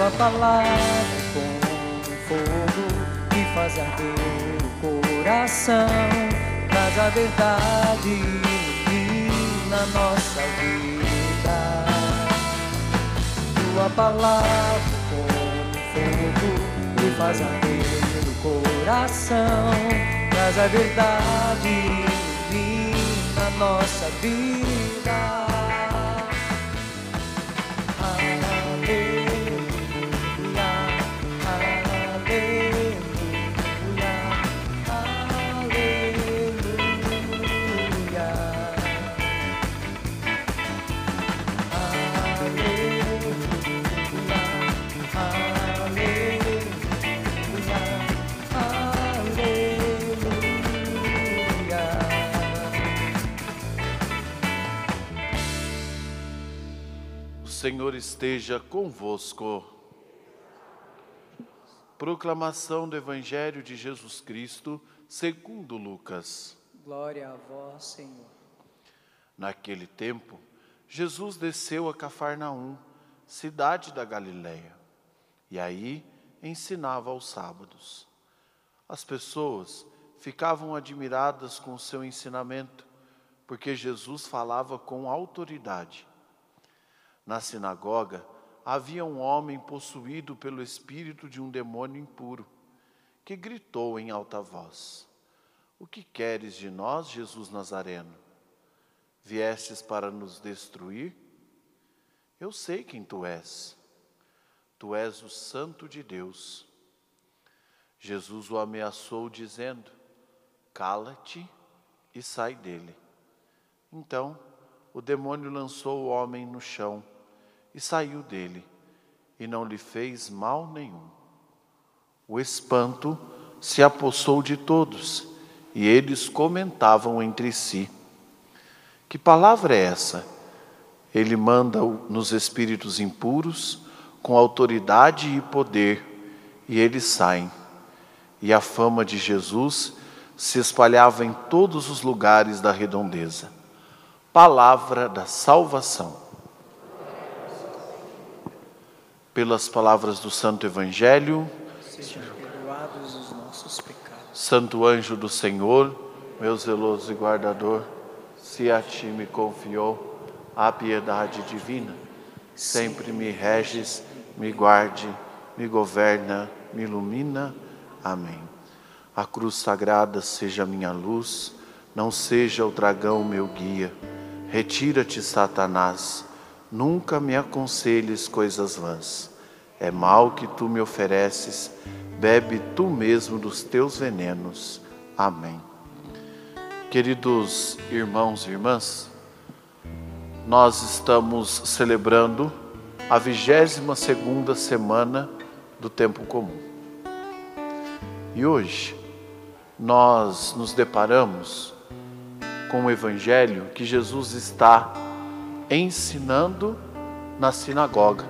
Tua palavra é como fogo que faz arder o coração, traz a verdade e ilumina nossa vida. Tua palavra é como fogo que faz arder o coração, traz a verdade e ilumina nossa vida. O Senhor esteja convosco. Proclamação do Evangelho de Jesus Cristo, segundo Lucas. Glória a vós, Senhor. Naquele tempo, Jesus desceu a Cafarnaum, cidade da Galileia, e aí ensinava aos sábados. As pessoas ficavam admiradas com o seu ensinamento, porque Jesus falava com autoridade. Na sinagoga havia um homem possuído pelo espírito de um demônio impuro, que gritou em alta voz: O que queres de nós, Jesus Nazareno? Viestes para nos destruir? Eu sei quem tu és. Tu és o Santo de Deus. Jesus o ameaçou dizendo: Cala-te e sai dele. Então o demônio lançou o homem no chão e saiu dele, e não lhe fez mal nenhum. O espanto se apossou de todos, e eles comentavam entre si: Que palavra é essa? Ele manda nos espíritos impuros, com autoridade e poder, e eles saem. E a fama de Jesus se espalhava em todos os lugares da redondeza. Palavra da salvação. Pelas palavras do Santo Evangelho, Sejam perdoados os nossos pecados. Santo anjo do Senhor, meu zeloso e guardador, se a ti me confiou a piedade divina, sempre me reges, me guarde, me governa, me ilumina. Amém. A cruz sagrada seja minha luz, não seja o dragão meu guia. Retira-te, Satanás, nunca me aconselhes coisas vãs. É mal que tu me ofereces, bebe tu mesmo dos teus venenos. Amém. Queridos irmãos e irmãs, nós estamos celebrando a 22ª semana do Tempo Comum. E hoje nós nos deparamos com o Evangelho que Jesus está ensinando na sinagoga.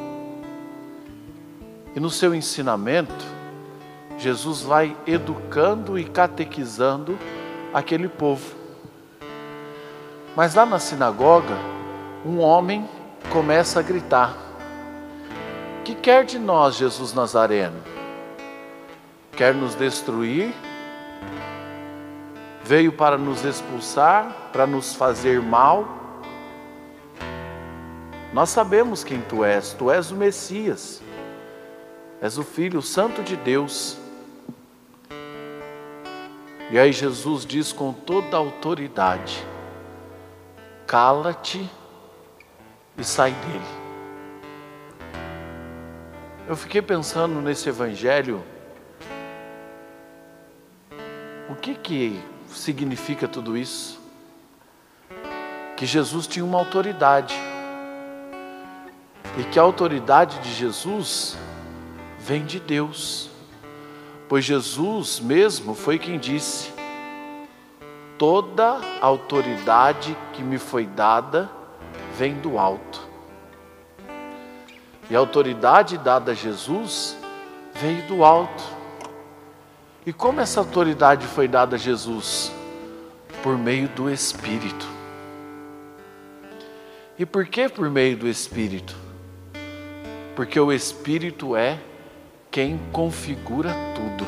E no seu ensinamento, Jesus vai educando e catequizando aquele povo. Mas lá na sinagoga, um homem começa a gritar: Que quer de nós, Jesus Nazareno? Quer nos destruir? Veio para nos expulsar, para nos fazer mal? Nós sabemos quem tu és o Messias, és o Filho Santo de Deus. E aí Jesus diz com toda a autoridade: Cala-te e sai dele. Eu fiquei pensando nesse Evangelho, o que significa tudo isso? Que Jesus tinha uma autoridade, e que a autoridade de Jesus vem de Deus, pois Jesus mesmo foi quem disse: toda autoridade que me foi dada vem do alto. E a autoridade dada a Jesus veio do alto. E como essa autoridade foi dada a Jesus? Por meio do Espírito. E por que por meio do Espírito? porque o Espírito é quem configura tudo.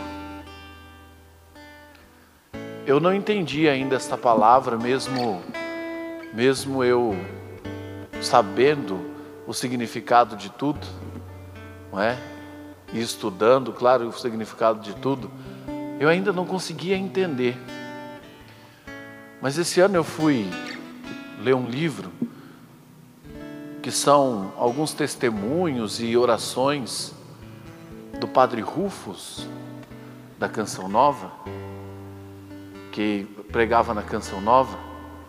Eu não entendi ainda esta palavra, mesmo eu sabendo o significado de tudo, não é? E estudando, claro, o significado de tudo, eu ainda não conseguia entender. Mas esse ano eu fui ler um livro que são alguns testemunhos e orações do Padre Rufus, da Canção Nova, que pregava na Canção Nova.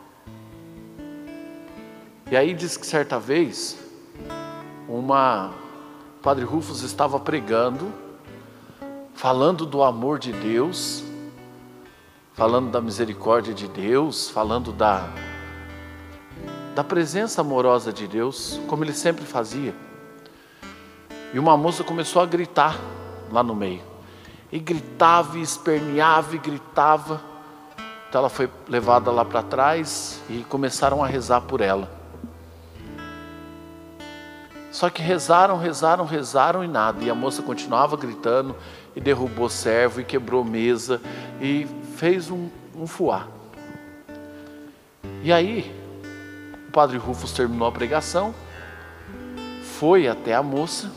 E aí diz que certa vez o Padre Rufus estava pregando, falando do amor de Deus, falando da misericórdia de Deus, falando da presença amorosa de Deus, como ele sempre fazia. E uma moça começou a gritar lá no meio, e gritava, e esperneava, e gritava. Então ela foi levada lá para trás e começaram a rezar por ela. Só que rezaram e nada. E a moça continuava gritando, e derrubou servo, e quebrou mesa, e fez um fuá. E aí, o Padre Rufus terminou a pregação, foi até a moça,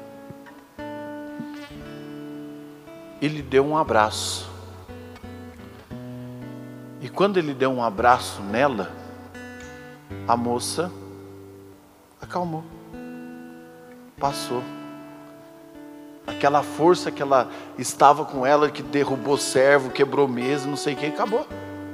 e lhe deu um abraço. E quando ele deu um abraço nela, a moça acalmou. Passou. Aquela força que ela estava com ela, que derrubou servo, quebrou mesa, não sei o que, acabou.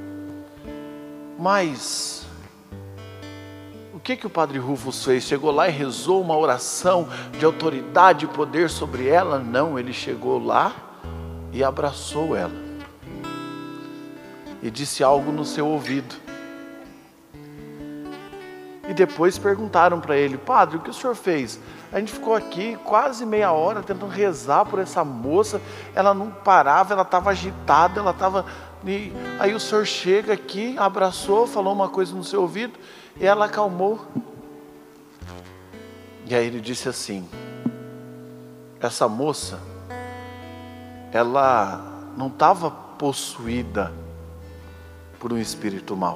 Mas o que o Padre Rufus fez? Chegou lá e rezou uma oração de autoridade e poder sobre ela? Não, ele chegou lá e abraçou ela. E disse algo no seu ouvido. E depois perguntaram para ele: padre, o que o senhor fez? A gente ficou aqui quase meia hora tentando rezar por essa moça, ela não parava, ela estava agitada, ela estava... Aí o senhor chega aqui, abraçou, falou uma coisa no seu ouvido, e ela acalmou. E aí ele disse assim: essa moça, ela não estava possuída por um espírito mau.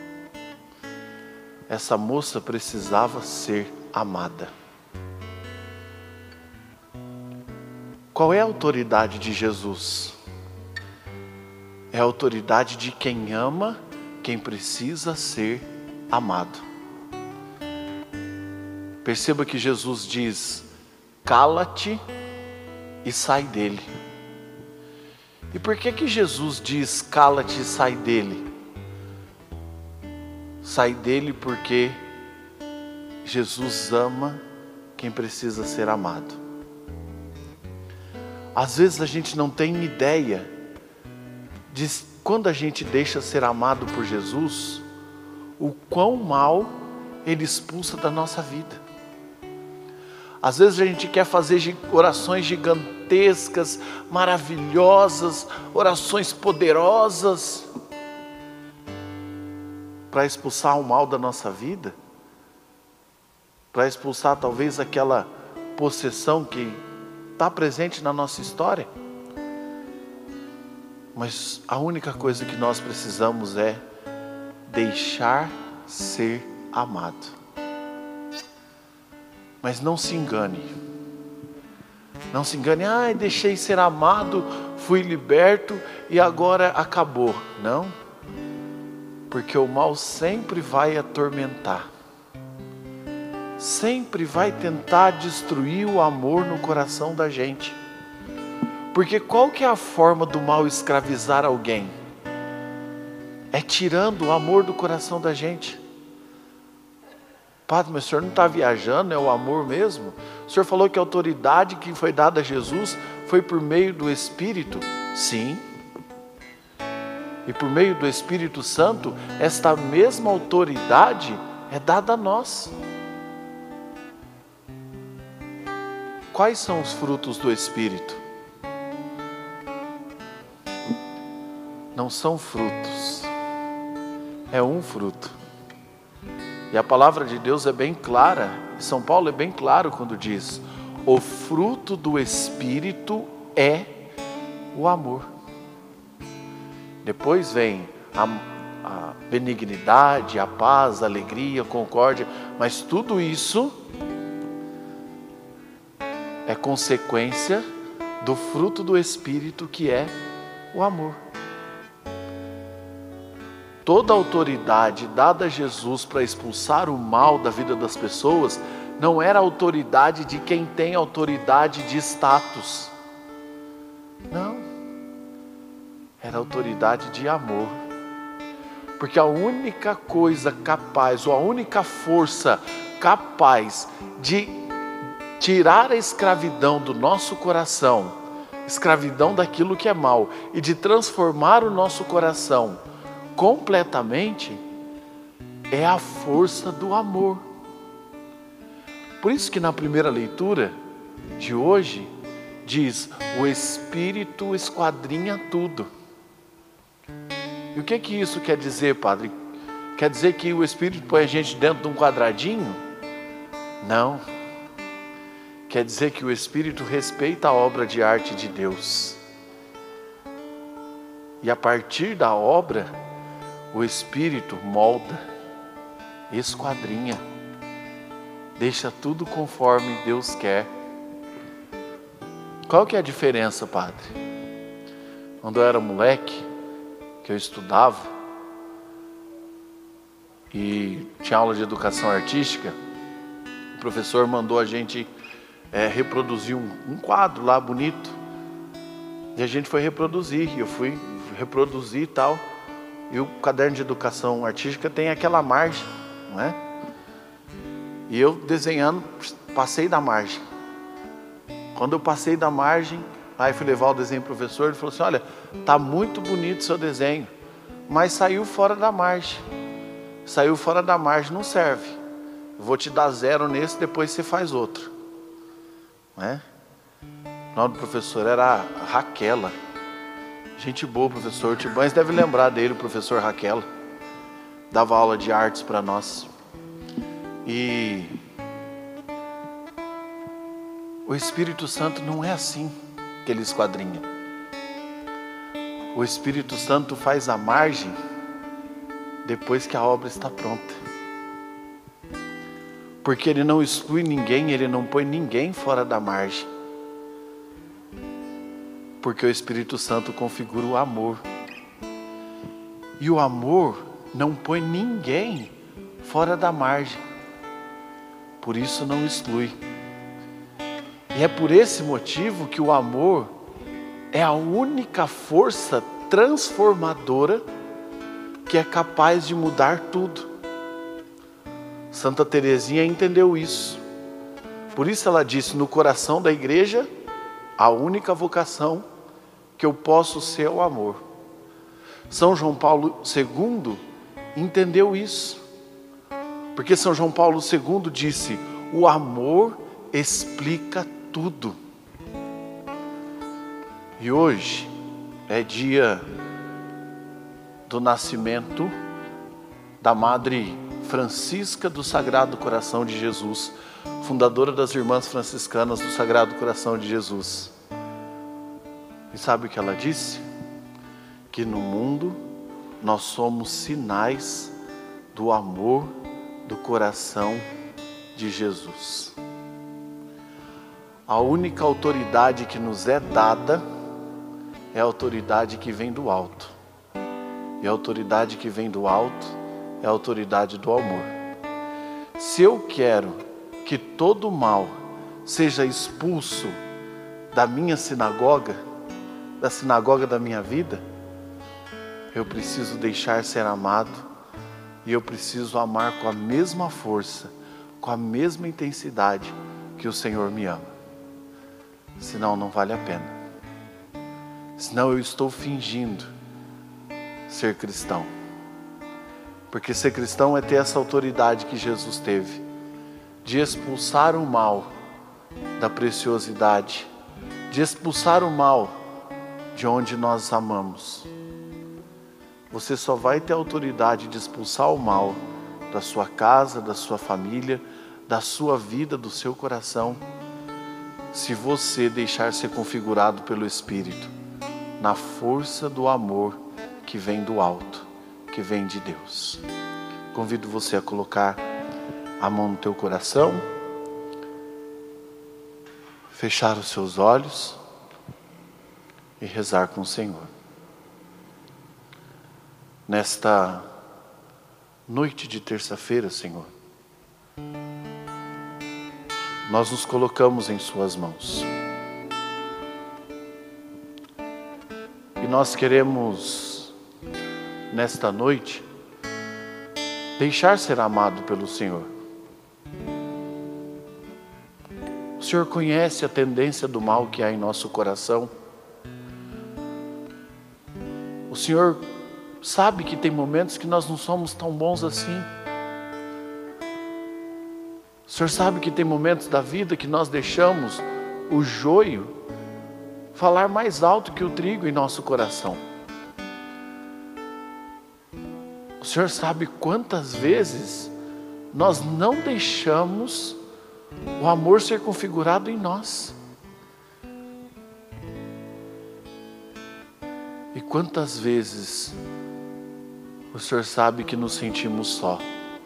Essa moça precisava ser amada. Qual é a autoridade de Jesus? É a autoridade de quem ama, quem precisa ser amado. Perceba que Jesus diz: cala-te e sai dele. E por que Jesus diz cala-te e sai dele? Sai dele porque Jesus ama quem precisa ser amado. Às vezes a gente não tem ideia de quando a gente deixa ser amado por Jesus, o quão mal Ele expulsa da nossa vida. Às vezes a gente quer fazer orações gigantescas, maravilhosas, orações poderosas, para expulsar o mal da nossa vida, para expulsar talvez aquela possessão que está presente na nossa história. Mas a única coisa que nós precisamos é deixar ser amado. Mas não se engane. Não se engane: ai, deixei ser amado, fui liberto e agora acabou. Não. Porque o mal sempre vai atormentar. Sempre vai tentar destruir o amor no coração da gente. Porque qual que é a forma do mal escravizar alguém? É tirando o amor do coração da gente. Padre, mas o senhor não está viajando, é o amor mesmo? O senhor falou que a autoridade que foi dada a Jesus foi por meio do Espírito. Sim. E por meio do Espírito Santo, esta mesma autoridade é dada a nós. Quais são os frutos do Espírito? Não são frutos, é um fruto. E a palavra de Deus é bem clara, São Paulo é bem claro quando diz: o fruto do Espírito é o amor. Depois vem a benignidade, a paz, a alegria, a concórdia, mas tudo isso é consequência do fruto do Espírito, que é o amor. Toda a autoridade dada a Jesus para expulsar o mal da vida das pessoas não era a autoridade de quem tem autoridade de status. Não. Era a autoridade de amor. Porque a única coisa capaz, ou a única força capaz de tirar a escravidão do nosso coração, escravidão daquilo que é mal, e de transformar o nosso coração completamente, é a força do amor. Por isso que na primeira leitura de hoje diz: o Espírito esquadrinha tudo. E o que isso quer dizer, padre? Quer dizer que o Espírito põe a gente dentro de um quadradinho? Não. Quer dizer que o Espírito respeita a obra de arte de Deus. E a partir da obra, o Espírito molda, esquadrinha, deixa tudo conforme Deus quer. Qual que é a diferença, padre? Quando eu era moleque, que eu estudava e tinha aula de educação artística, o professor mandou a gente reproduzir um quadro lá bonito, e a gente foi reproduzir, e eu fui reproduzir e tal, e o caderno de educação artística tem aquela margem, não é? E eu desenhando, passei da margem. Quando eu passei da margem, aí fui levar o desenho pro professor, ele falou assim: olha, tá muito bonito o seu desenho, mas saiu fora da margem. Saiu fora da margem, não serve. Eu vou te dar 0 nesse, depois você faz outro. Né? O nome do professor era Raquela. Gente boa, professor. O Tibães deve lembrar dele, o professor Raquela. Dava aula de artes para nós. E o Espírito Santo não é assim que ele esquadrinha. O Espírito Santo faz a margem depois que a obra está pronta. Porque ele não exclui ninguém, ele não põe ninguém fora da margem. Porque o Espírito Santo configura o amor. E o amor não põe ninguém fora da margem. Por isso não exclui. E é por esse motivo que o amor é a única força transformadora que é capaz de mudar tudo. Santa Teresinha entendeu isso. Por isso ela disse: no coração da igreja, a única vocação que eu posso ser é o amor. São João Paulo II entendeu isso. Porque São João Paulo II disse: o amor explica tudo. E hoje é dia do nascimento da Madre Francisca do Sagrado Coração de Jesus, fundadora das Irmãs Franciscanas do Sagrado Coração de Jesus. E sabe o que ela disse? Que no mundo nós somos sinais do amor do coração de Jesus. A única autoridade que nos é dada é a autoridade que vem do alto. E a autoridade que vem do alto é a autoridade do amor. Se eu quero que todo mal seja expulso da minha sinagoga, da sinagoga da minha vida, eu preciso deixar ser amado e eu preciso amar com a mesma força, com a mesma intensidade que o Senhor me ama. Senão não vale a pena. Senão eu estou fingindo ser cristão. Porque ser cristão é ter essa autoridade que Jesus teve, de expulsar o mal da preciosidade, de expulsar o mal de onde nós amamos. Você só vai ter autoridade de expulsar o mal da sua casa, da sua família, da sua vida, do seu coração, se você deixar ser configurado pelo Espírito, na força do amor que vem do alto, que vem de Deus. Convido você a colocar a mão no teu coração, fechar os seus olhos e rezar com o Senhor. Nesta noite de terça-feira, Senhor, nós nos colocamos em Suas mãos. E nós queremos, nesta noite, deixar ser amado pelo Senhor. O Senhor conhece a tendência do mal que há em nosso coração. O Senhor sabe que tem momentos que nós não somos tão bons assim. O Senhor sabe que tem momentos da vida que nós deixamos o joio falar mais alto que o trigo em nosso coração. O Senhor sabe quantas vezes nós não deixamos o amor ser configurado em nós. E quantas vezes o Senhor sabe que nos sentimos só,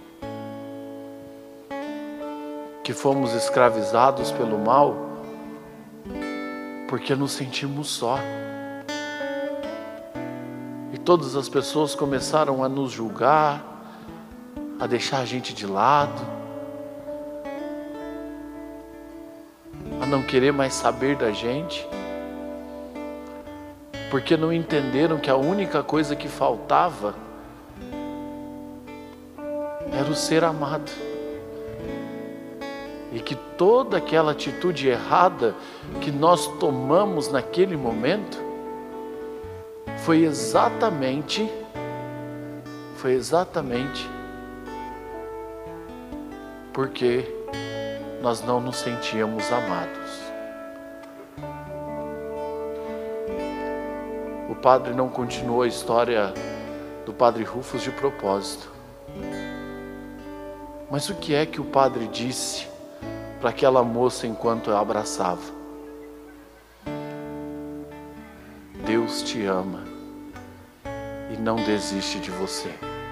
que fomos escravizados pelo mal, porque nos sentimos só. E todas as pessoas começaram a nos julgar, a deixar a gente de lado, a não querer mais saber da gente, porque não entenderam que a única coisa que faltava era o ser amado. E que toda aquela atitude errada que nós tomamos naquele momento foi exatamente porque nós não nos sentíamos amados. O padre não continuou a história do padre Rufus de propósito. Mas o que é que o padre disse para aquela moça enquanto a abraçava? Deus te ama e não desiste de você.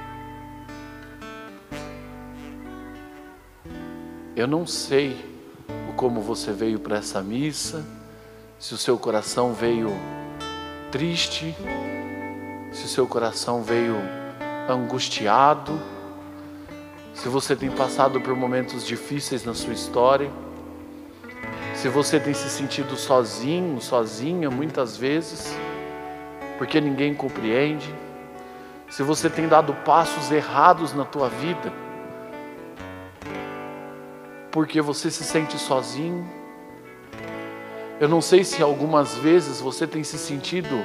Eu não sei como você veio para essa missa, se o seu coração veio triste, se o seu coração veio angustiado, se você tem passado por momentos difíceis na sua história, se você tem se sentido sozinho, sozinha muitas vezes, porque ninguém compreende, se você tem dado passos errados na tua vida, porque você se sente sozinho. Eu não sei se algumas vezes você tem se sentido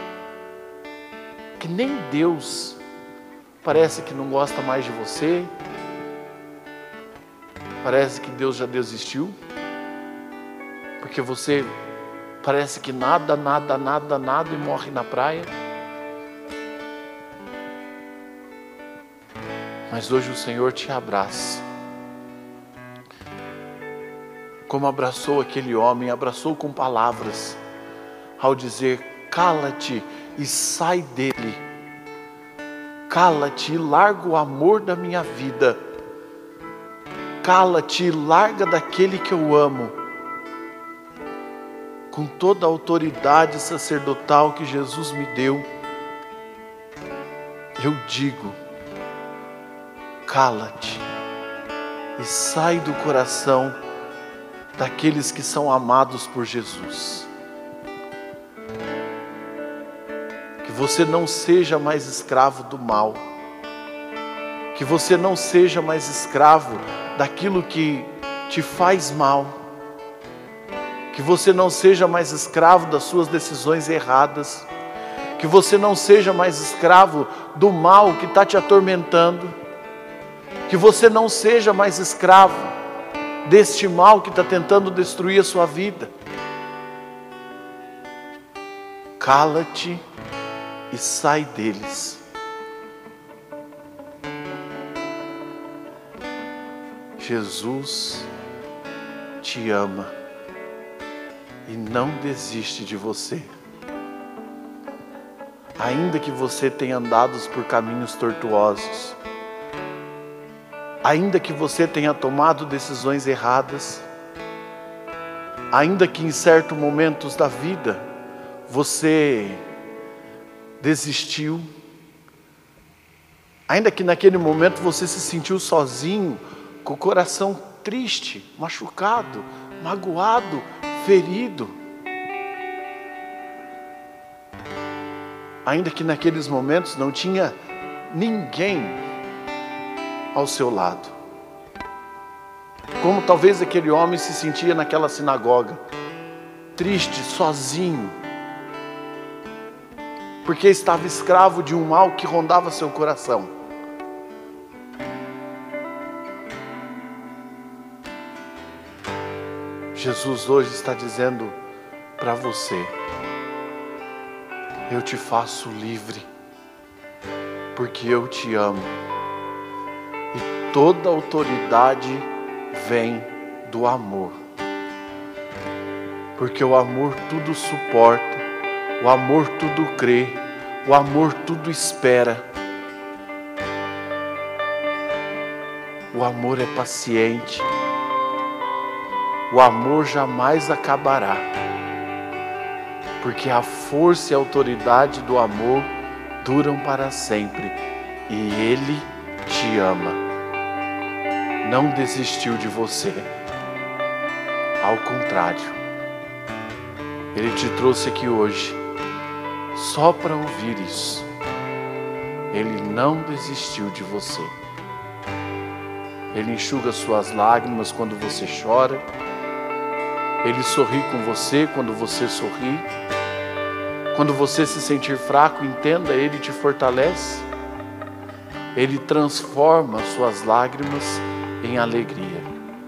que nem Deus parece que não gosta mais de você, parece que Deus já desistiu, porque você parece que nada e morre na praia. Mas hoje o Senhor te abraça, como abraçou aquele homem, abraçou com palavras, ao dizer: cala-te e sai dele, cala-te e larga o amor da minha vida, cala-te e larga daquele que eu amo. Com toda a autoridade sacerdotal que Jesus me deu, eu digo: cala-te e sai do coração daqueles que são amados por Jesus. Que você não seja mais escravo do mal, que você não seja mais escravo daquilo que te faz mal, que você não seja mais escravo das suas decisões erradas, que você não seja mais escravo do mal que está te atormentando, que você não seja mais escravo deste mal que está tentando destruir a sua vida. Cala-te e sai deles. Jesus te ama e não desiste de você. Ainda que você tenha andado por caminhos tortuosos, ainda que você tenha tomado decisões erradas, ainda que em certos momentos da vida você desistiu, ainda que naquele momento você se sentiu sozinho, com o coração triste, machucado, magoado, ferido, ainda que naqueles momentos não tinha ninguém ao seu lado, como talvez aquele homem se sentia naquela sinagoga, triste, sozinho, porque estava escravo de um mal que rondava seu coração. Jesus hoje está dizendo para você: eu te faço livre, porque eu te amo. E toda autoridade vem do amor. Porque o amor tudo suporta, o amor tudo crê, o amor tudo espera. O amor é paciente. O amor jamais acabará. Porque a força e a autoridade do amor duram para sempre. E Ele te ama. Não desistiu de você. Ao contrário, Ele te trouxe aqui hoje só para ouvir isso. Ele não desistiu de você. Ele enxuga suas lágrimas quando você chora. Ele sorri com você quando você sorri. Quando você se sentir fraco, entenda, Ele te fortalece. Ele transforma suas lágrimas em alegria.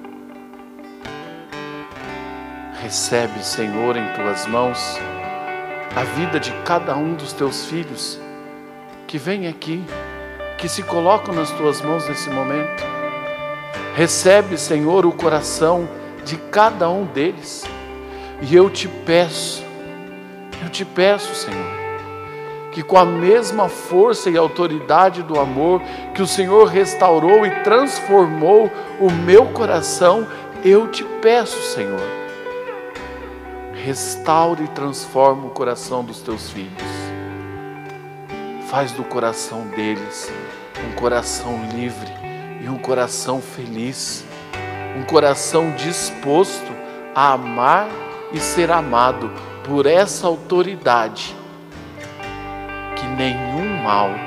Recebe, Senhor, em tuas mãos a vida de cada um dos teus filhos que vem aqui, que se colocam nas tuas mãos nesse momento. Recebe, Senhor, o coração de cada um deles. E eu te peço, Senhor, que com a mesma força e autoridade do amor que o Senhor restaurou e transformou o meu coração, eu te peço, Senhor, restaure e transforma o coração dos teus filhos. Faz do coração deles um coração livre e um coração feliz, um coração disposto a amar e ser amado por essa autoridade que nenhum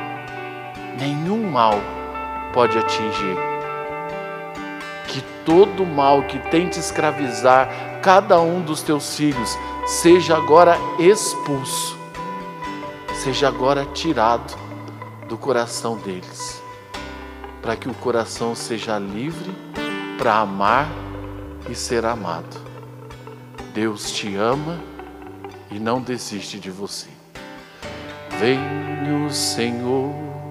mal pode atingir. Que todo mal que tente escravizar cada um dos teus filhos seja agora expulso, seja agora tirado do coração deles, para que o coração seja livre para amar e ser amado. Deus te ama e não desiste de você. Venho, Senhor,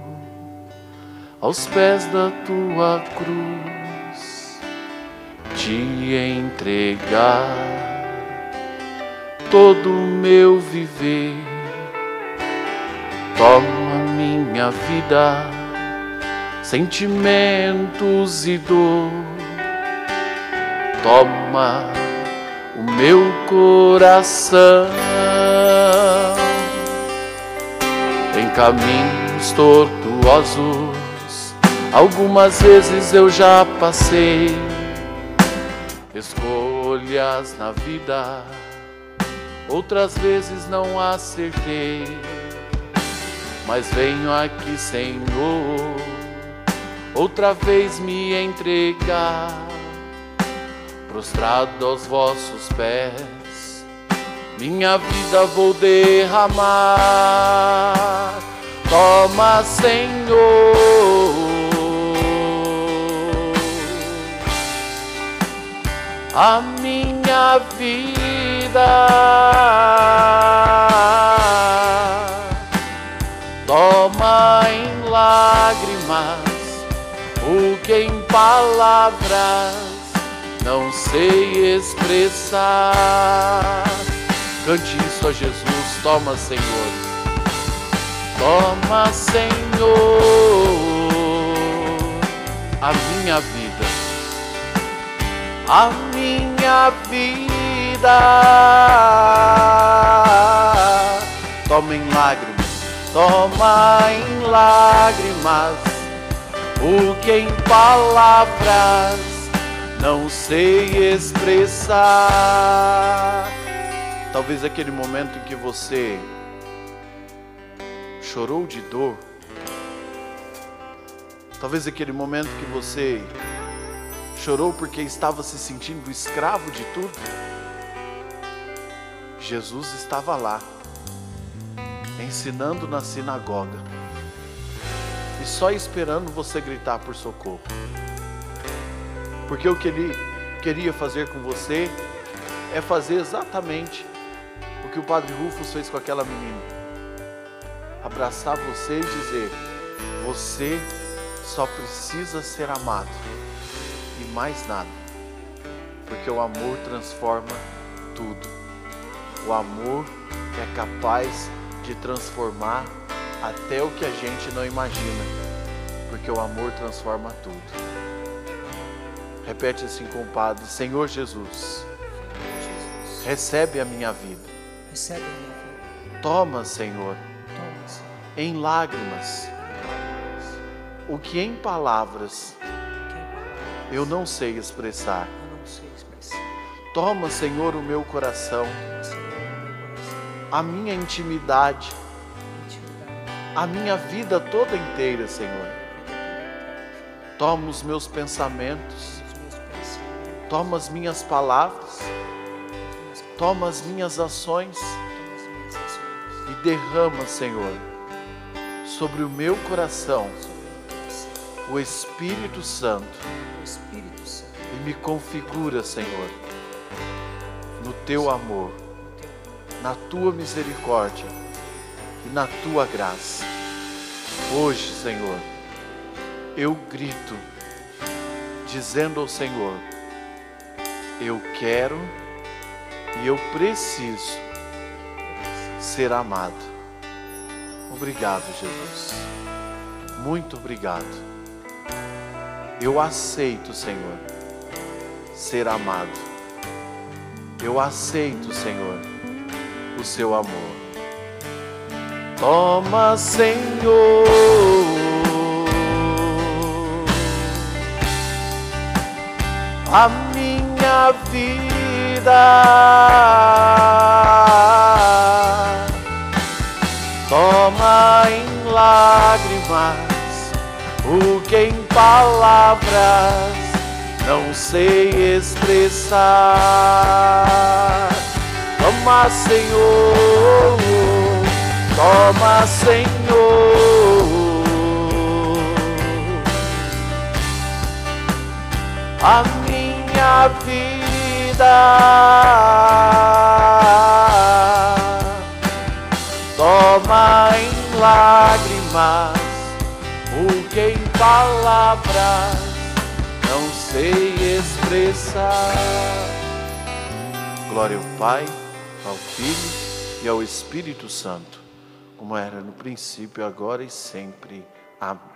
aos pés da tua cruz, te entregar todo o meu viver. Toma minha vida, sentimentos e dor. Toma o meu coração. Em caminhos tortuosos, algumas vezes eu já passei. Escolhas na vida, outras vezes não acertei. Mas venho aqui, Senhor, outra vez me entregar, prostrado aos vossos pés, minha vida vou derramar. Toma, Senhor, a minha vida. Toma em lágrimas o que em palavras não sei expressar. Cante isso a Jesus. Toma, Senhor. Toma, Senhor, a minha vida, a minha vida. Toma em lágrimas, o que em palavras não sei expressar. Talvez aquele momento em que você chorou de dor, talvez aquele momento que você chorou porque estava se sentindo escravo de tudo. Jesus estava lá, ensinando na sinagoga, e só esperando você gritar por socorro. Porque o que Ele queria fazer com você é fazer exatamente o que o Padre Rufus fez com aquela menina: abraçar você e dizer: você só precisa ser amado e mais nada, porque o amor transforma tudo. O amor é capaz de transformar até o que a gente não imagina, porque o amor transforma tudo. Repete assim com o Padre: Senhor Jesus, recebe a minha vida. Recebe a minha vida. Toma, Senhor, Toma, Senhor, em lágrimas, o que em palavras eu não sei expressar. eu não sei expressar. Toma, Senhor, o meu coração, Toma, Senhor, o meu coração, a minha intimidade, a minha vida toda inteira, Senhor. Toma os meus pensamentos, os meus pensamentos, toma as minhas palavras, toma as minhas ações toma as minhas ações, e derrama, Senhor, sobre o meu coração o Espírito Santo o Espírito Santo, e me configura, Senhor, no Teu amor, na Tua misericórdia e na Tua graça. Hoje, Senhor, eu grito, dizendo ao Senhor: eu quero e eu preciso ser amado. Obrigado, Jesus. Muito obrigado. Eu aceito, Senhor, ser amado. Eu aceito, Senhor, o Seu amor. Toma, Senhor, a minha vida. Toma em lágrimas o que em palavras não sei expressar. Toma, Senhor, toma, Senhor, a minha vida. Toma em lágrimas o que em palavras não sei expressar. Glória ao Pai, ao Filho e ao Espírito Santo, como era no princípio, agora e sempre. Amém.